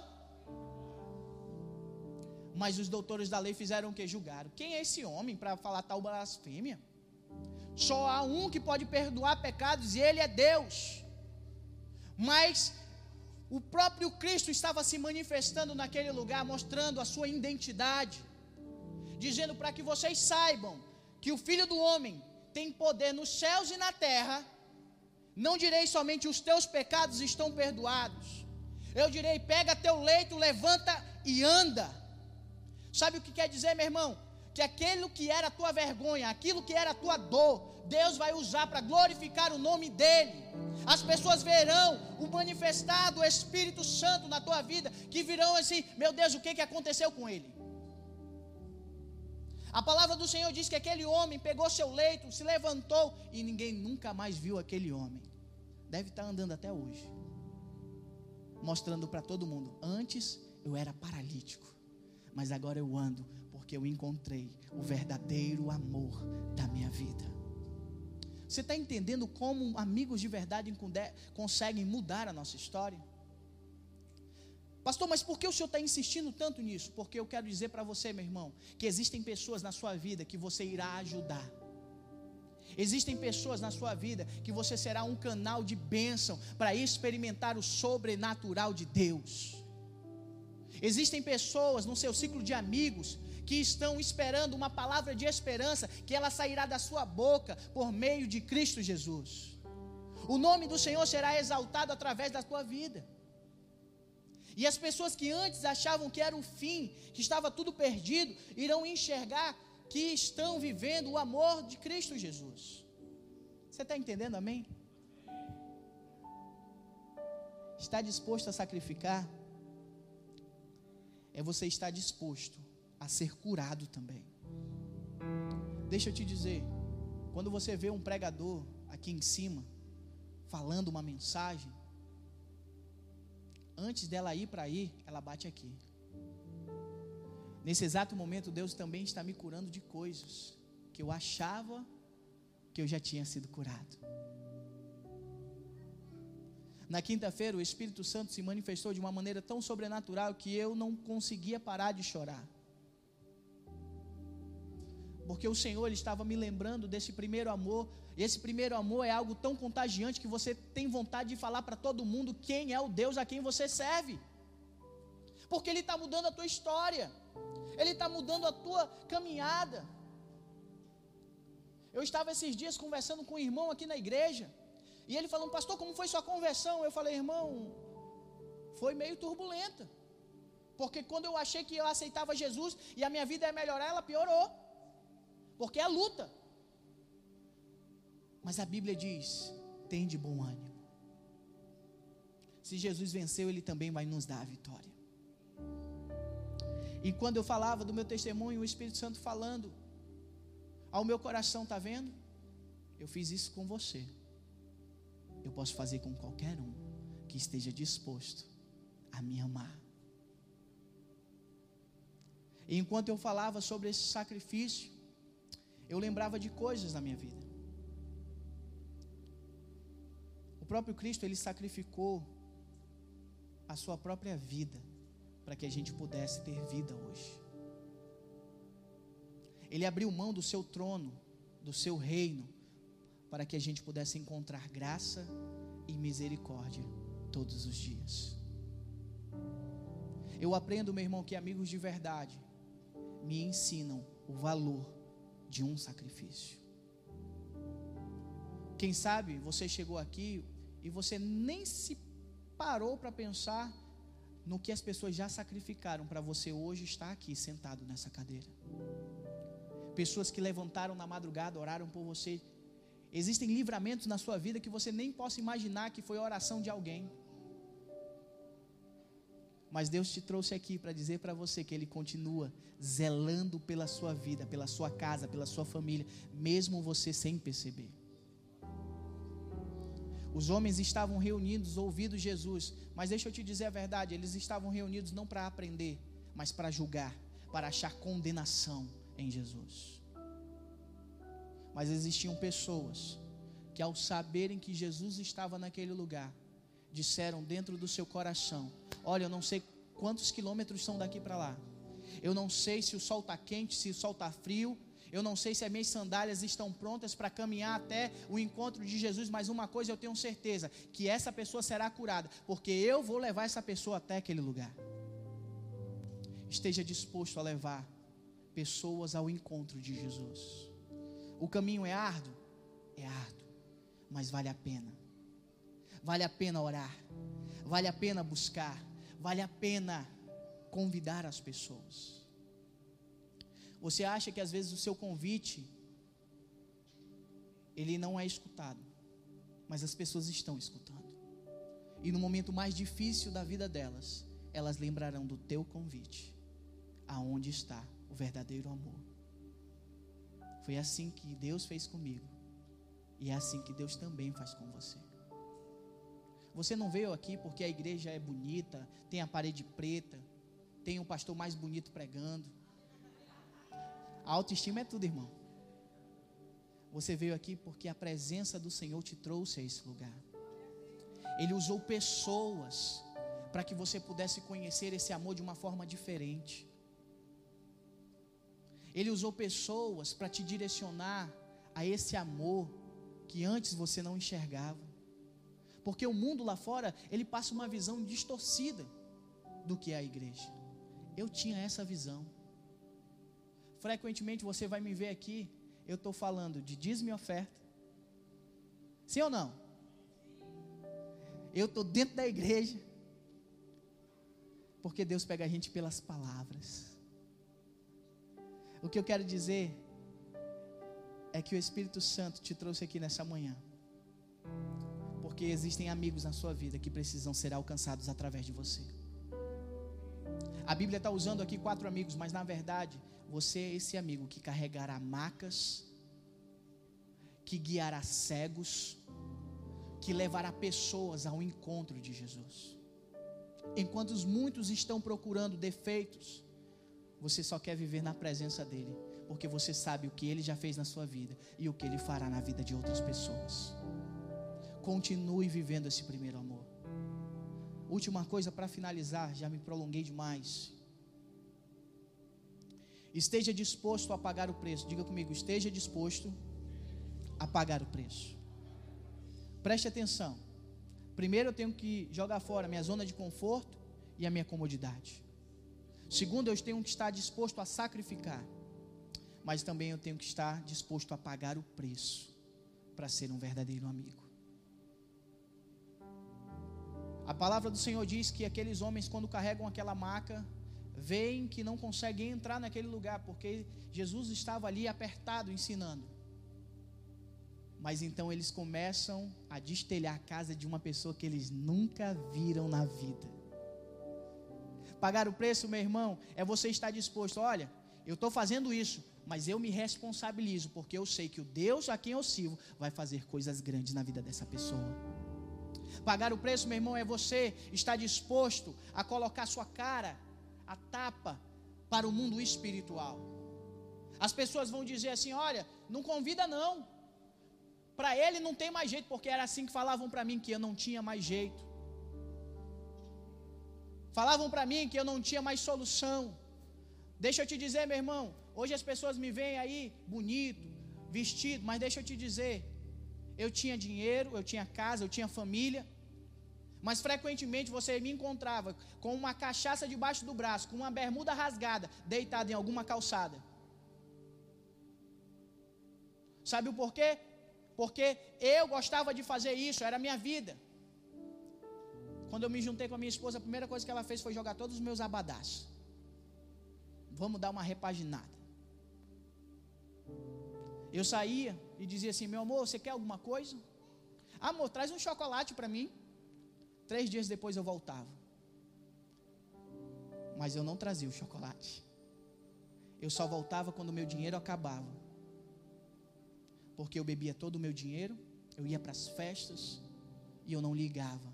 Mas os doutores da lei fizeram o quê? Julgaram. Quem é esse homem para falar tal blasfêmia? Só há um que pode perdoar pecados, e ele é Deus. Mas o próprio Cristo estava se manifestando naquele lugar, mostrando a sua identidade, dizendo para que vocês saibam que o Filho do Homem tem poder nos céus e na terra. Não direi somente os teus pecados estão perdoados, eu direi: pega teu leito, levanta e anda. Sabe o que quer dizer, meu irmão? Que aquilo que era a tua vergonha, aquilo que era a tua dor, Deus vai usar para glorificar o nome dEle. As pessoas verão o manifestado Espírito Santo na tua vida, que virão assim: meu Deus, o que, que aconteceu com ele? A palavra do Senhor diz que aquele homem pegou seu leito, se levantou, e ninguém nunca mais viu aquele homem. Deve estar andando até hoje, mostrando para todo mundo: antes eu era paralítico, mas agora eu ando, porque eu encontrei o verdadeiro amor da minha vida. Você está entendendo como amigos de verdade conseguem mudar a nossa história? Pastor, mas por que o senhor está insistindo tanto nisso? Porque eu quero dizer para você, meu irmão, que existem pessoas na sua vida que você irá ajudar. Existem pessoas na sua vida que você será um canal de bênção para experimentar o sobrenatural de Deus. Existem pessoas no seu ciclo de amigos que estão esperando uma palavra de esperança, que ela sairá da sua boca por meio de Cristo Jesus. O nome do Senhor será exaltado através da tua vida. E as pessoas que antes achavam que era o fim, que estava tudo perdido, irão enxergar que estão vivendo o amor de Cristo Jesus. Você está entendendo, amém? Está disposto a sacrificar? É você estar disposto a ser curado também. Deixa eu te dizer, quando você vê um pregador aqui em cima, falando uma mensagem, antes dela ir para aí, ela bate aqui. Nesse exato momento, Deus também está me curando de coisas que eu achava que eu já tinha sido curado. Na quinta-feira, o Espírito Santo se manifestou de uma maneira tão sobrenatural que eu não conseguia parar de chorar. Porque o Senhor, Ele estava me lembrando desse primeiro amor. E esse primeiro amor é algo tão contagiante que você tem vontade de falar para todo mundo quem é o Deus a quem você serve. Porque Ele está mudando a tua história, Ele está mudando a tua caminhada. Eu estava esses dias conversando com um irmão aqui na igreja, e ele falando: pastor, como foi sua conversão? Eu falei: irmão, foi meio turbulenta, porque quando eu achei que eu aceitava Jesus e a minha vida ia melhorar, ela piorou, porque é luta. Mas a Bíblia diz: tem de bom ânimo. Se Jesus venceu, Ele também vai nos dar a vitória. E quando eu falava do meu testemunho, o Espírito Santo falando ao meu coração: está vendo? Eu fiz isso com você, eu posso fazer com qualquer um que esteja disposto a me amar. E enquanto eu falava sobre esse sacrifício, eu lembrava de coisas na minha vida. O próprio Cristo, Ele sacrificou a sua própria vida para que a gente pudesse ter vida hoje. Ele abriu mão do seu trono do seu reino, para que a gente pudesse encontrar graça e misericórdia todos os dias. Eu aprendo, meu irmão, que amigos de verdade me ensinam o valor de um sacrifício. Quem sabe você chegou aqui e você nem se parou para pensar no que as pessoas já sacrificaram para você hoje estar aqui sentado nessa cadeira. Pessoas que levantaram na madrugada, oraram por você. Existem livramentos na sua vida que você nem possa imaginar que foi a oração de alguém. Mas Deus te trouxe aqui para dizer para você que Ele continua zelando pela sua vida, pela sua casa, pela sua família, mesmo você sem perceber. Os homens estavam reunidos, ouvindo Jesus, mas deixa eu te dizer a verdade, eles estavam reunidos não para aprender, mas para julgar, para achar condenação em Jesus. Mas existiam pessoas que, ao saberem que Jesus estava naquele lugar, disseram dentro do seu coração: olha, eu não sei quantos quilômetros são daqui para lá, eu não sei se o sol está quente, se o sol está frio, eu não sei se as minhas sandálias estão prontas para caminhar até o encontro de Jesus, mas uma coisa eu tenho certeza, que essa pessoa será curada, porque eu vou levar essa pessoa até aquele lugar. Esteja disposto a levar pessoas ao encontro de Jesus. O caminho é árduo? É árduo, mas vale a pena. Vale a pena orar, vale a pena buscar, vale a pena convidar as pessoas. Você acha que às vezes o seu convite, ele não é escutado, mas as pessoas estão escutando. E no momento mais difícil da vida delas, elas lembrarão do teu convite, aonde está o verdadeiro amor. Foi assim que Deus fez comigo, e é assim que Deus também faz com você. Você não veio aqui porque a igreja é bonita, tem a parede preta, tem o pastor mais bonito pregando. A autoestima é tudo, irmão. Você veio aqui porque a presença do Senhor te trouxe a esse lugar. Ele usou pessoas para que você pudesse conhecer esse amor de uma forma diferente. Ele usou pessoas para te direcionar a esse amor que antes você não enxergava. Porque o mundo lá fora, ele passa uma visão distorcida do que é a igreja. Eu tinha essa visão. Frequentemente você vai me ver aqui, eu estou falando de dízimo e oferta. Sim ou não? Eu estou dentro da igreja, porque Deus pega a gente pelas palavras. O que eu quero dizer é que o Espírito Santo te trouxe aqui nessa manhã, porque existem amigos na sua vida que precisam ser alcançados através de você. A Bíblia está usando aqui quatro amigos, mas na verdade você é esse amigo que carregará macas, que guiará cegos, que levará pessoas ao encontro de Jesus. Enquanto muitos estão procurando defeitos, você só quer viver na presença dEle, porque você sabe o que Ele já fez na sua vida e o que Ele fará na vida de outras pessoas. Continue vivendo esse primeiro amor. Última coisa para finalizar, já me prolonguei demais. Esteja disposto a pagar o preço. Diga comigo, esteja disposto a pagar o preço. Preste atenção. Primeiro eu tenho que jogar fora a minha zona de conforto e a minha comodidade. Segundo, eu tenho que estar disposto a sacrificar. Mas também eu tenho que estar disposto a pagar o preço para ser um verdadeiro amigo. A palavra do Senhor diz que aqueles homens, quando carregam aquela maca, veem que não conseguem entrar naquele lugar, porque Jesus estava ali apertado ensinando. Mas então eles começam a destelhar a casa de uma pessoa que eles nunca viram na vida. Pagar o preço, meu irmão, é você estar disposto. Olha, eu estou fazendo isso, mas eu me responsabilizo, porque eu sei que o Deus a quem eu sirvo vai fazer coisas grandes na vida dessa pessoa. Pagar o preço, meu irmão, é você estar disposto a colocar sua cara, a tapa, para o mundo espiritual. As pessoas vão dizer assim: olha, não convida não, para ele não tem mais jeito, porque era assim que falavam para mim, que eu não tinha mais jeito. Falavam para mim que eu não tinha mais solução. Deixa eu te dizer, meu irmão, hoje as pessoas me veem aí bonito, vestido, mas deixa eu te dizer, eu tinha dinheiro, eu tinha casa, eu tinha família, mas frequentemente você me encontrava com uma cachaça debaixo do braço, com uma bermuda rasgada, deitado em alguma calçada. Sabe o porquê? Porque eu gostava de fazer isso, era a minha vida. Quando eu me juntei com a minha esposa, a primeira coisa que ela fez foi jogar todos os meus abadás. Vamos dar uma repaginada. Eu saía e dizia assim: meu amor, você quer alguma coisa? Amor, traz um chocolate para mim. Três dias depois eu voltava. Mas eu não trazia o chocolate. Eu só voltava quando o meu dinheiro acabava. Porque eu bebia todo o meu dinheiro, eu ia para as festas e eu não ligava.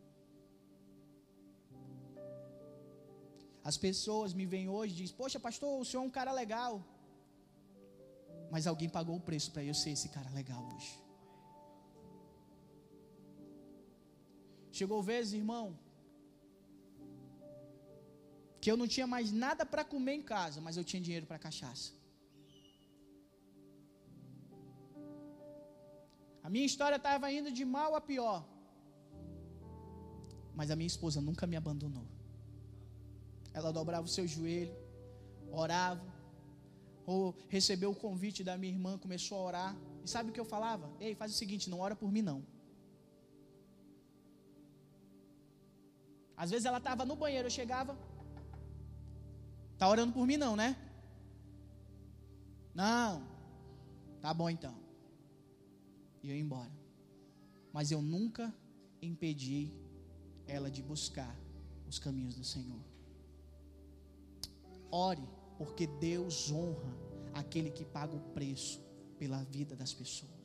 As pessoas me veem hoje e dizem: poxa, pastor, o senhor é um cara legal. Mas alguém pagou o preço para eu ser esse cara legal hoje. Chegou vezes, irmão, que eu não tinha mais nada para comer em casa, mas eu tinha dinheiro para cachaça. A minha história estava indo de mal a pior, mas a minha esposa nunca me abandonou. Ela dobrava o seu joelho, orava, ou recebeu o convite da minha irmã, começou a orar, e sabe o que eu falava? Ei, faz o seguinte, não ora por mim não. Às vezes ela estava no banheiro, eu chegava: tá orando por mim não, né? Não. Tá bom então. E eu ia embora. Mas eu nunca impedi ela de buscar os caminhos do Senhor. Ore, porque Deus honra aquele que paga o preço pela vida das pessoas.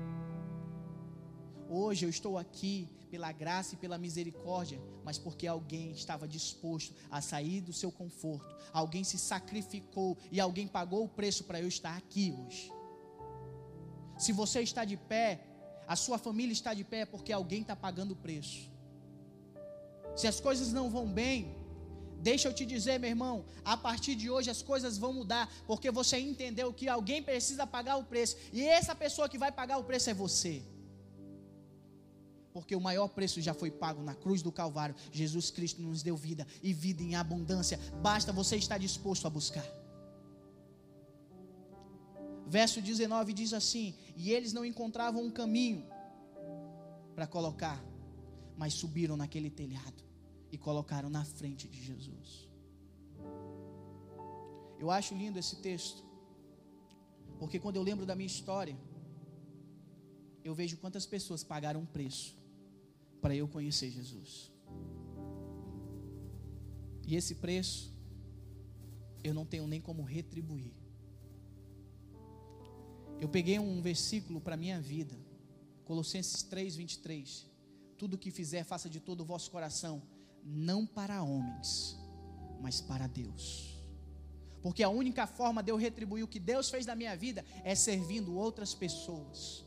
Hoje eu estou aqui pela graça e pela misericórdia, mas porque alguém estava disposto a sair do seu conforto, alguém se sacrificou e alguém pagou o preço para eu estar aqui hoje. Se você está de pé, a sua família está de pé porque alguém está pagando o preço. Se as coisas não vão bem, deixa eu te dizer, meu irmão, a partir de hoje as coisas vão mudar, porque você entendeu que alguém precisa pagar o preço, e essa pessoa que vai pagar o preço é você. Porque o maior preço já foi pago na cruz do Calvário. Jesus Cristo nos deu vida, e vida em abundância. Basta você estar disposto a buscar. Verso dezenove diz assim: e eles não encontravam um caminho para colocar, mas subiram naquele telhado e colocaram na frente de Jesus. Eu acho lindo esse texto, porque quando eu lembro da minha história, eu vejo quantas pessoas pagaram um preço para eu conhecer Jesus. E esse preço eu não tenho nem como retribuir. Eu peguei um versículo para a minha vida, Colossenses três, vinte e três. Tudo o que fizer, faça de todo o vosso coração, não para homens, mas para Deus. Porque a única forma de eu retribuir o que Deus fez na minha vida é servindo outras pessoas.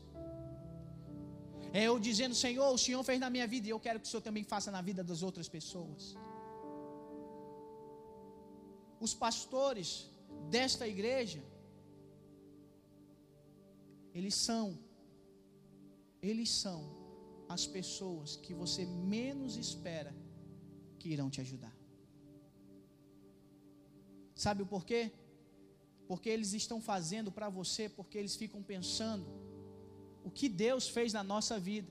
É eu dizendo: Senhor, o Senhor fez na minha vida, e eu quero que o Senhor também faça na vida das outras pessoas. Os pastores desta igreja, eles são, eles são as pessoas que você menos espera que irão te ajudar. Sabe o porquê? Porque eles estão fazendo para você, porque eles ficam pensando o que Deus fez na nossa vida.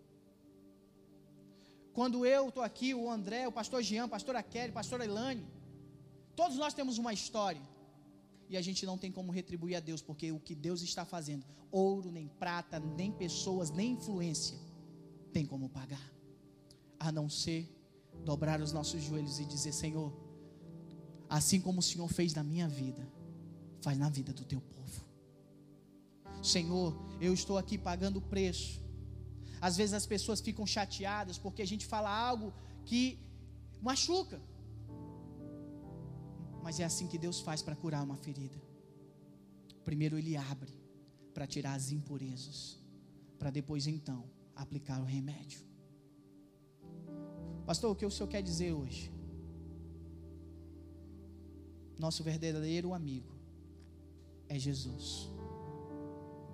Quando eu estou aqui, o André, o pastor Jean, a pastora Kelly, a pastora Elane, todos nós temos uma história, e a gente não tem como retribuir a Deus, porque o que Deus está fazendo, ouro, nem prata, nem pessoas, nem influência, tem como pagar, a não ser dobrar os nossos joelhos e dizer: Senhor, assim como o Senhor fez na minha vida, faz na vida do teu povo. Senhor, eu estou aqui pagando o preço. Às vezes as pessoas ficam chateadas porque a gente fala algo que machuca, mas é assim que Deus faz para curar uma ferida. Primeiro Ele abre para tirar as impurezas, para depois então aplicar o remédio. Pastor, o que o Senhor quer dizer hoje? Nosso verdadeiro amigo é Jesus.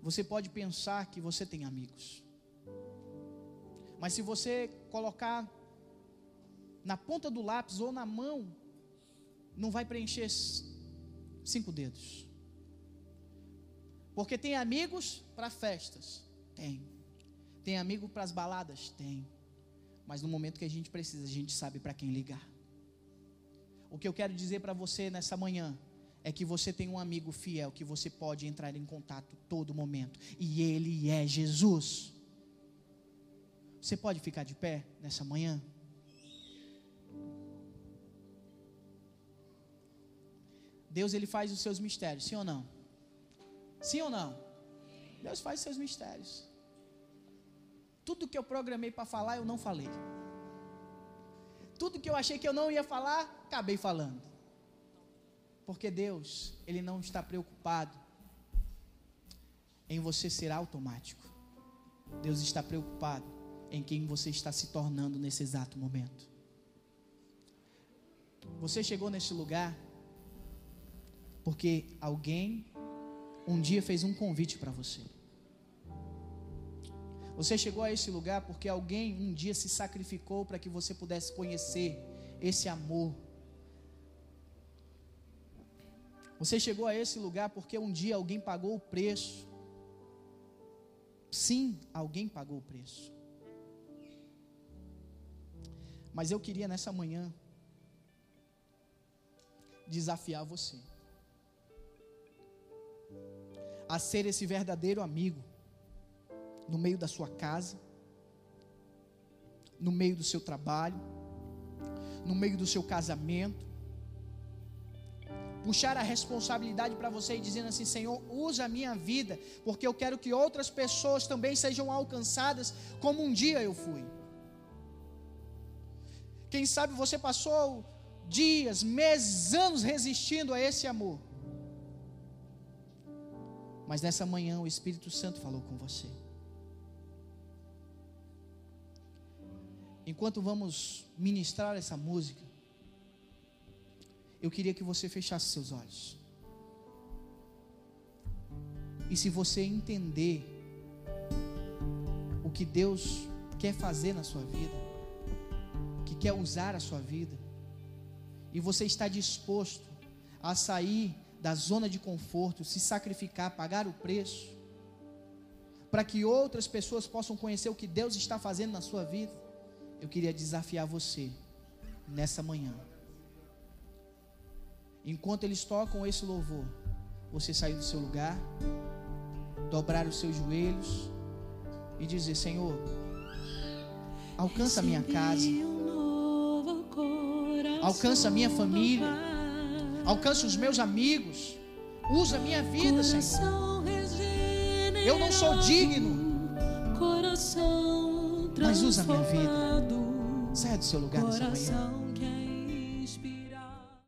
Você pode pensar que você tem amigos, mas se você colocar na ponta do lápis ou na mão, não vai preencher cinco dedos. Porque tem amigos para festas? Tem. Tem amigo para as baladas? Tem. Mas no momento que a gente precisa, a gente sabe para quem ligar. O que eu quero dizer para você nessa manhã é que você tem um amigo fiel que você pode entrar em contato todo momento, e ele é Jesus. Você pode ficar de pé nessa manhã? Deus, ele faz os seus mistérios, sim ou não? Sim ou não? Deus faz os seus mistérios. Tudo que eu programei para falar, eu não falei. Tudo que eu achei que eu não ia falar, acabei falando. Porque Deus, ele não está preocupado em você ser automático. Deus está preocupado em quem você está se tornando nesse exato momento. Você chegou nesse lugar porque alguém um dia fez um convite para você. Você chegou a esse lugar porque alguém um dia se sacrificou para que você pudesse conhecer esse amor. Você chegou a esse lugar porque um dia alguém pagou o preço. Sim, alguém pagou o preço. Mas eu queria nessa manhã desafiar você a ser esse verdadeiro amigo no meio da sua casa, no meio do seu trabalho, no meio do seu casamento. Puxar a responsabilidade para você e dizendo assim: Senhor, usa a minha vida, porque eu quero que outras pessoas também sejam alcançadas como um dia eu fui. Quem sabe você passou dias, meses, anos resistindo a esse amor, mas nessa manhã o Espírito Santo falou com você. Enquanto vamos ministrar essa música, eu queria que você fechasse seus olhos. E se você entender o que Deus quer fazer na sua vida, que quer usar a sua vida, e você está disposto a sair da zona de conforto, se sacrificar, pagar o preço, para que outras pessoas possam conhecer o que Deus está fazendo na sua vida, eu queria desafiar você nessa manhã. Enquanto eles tocam esse louvor, você sair do seu lugar, dobrar os seus joelhos e dizer: Senhor, alcança a minha casa, alcança a minha família, alcança os meus amigos, usa a minha vida, Senhor. Eu não sou digno, mas usa a minha vida. Saia do seu lugar nessa manhã.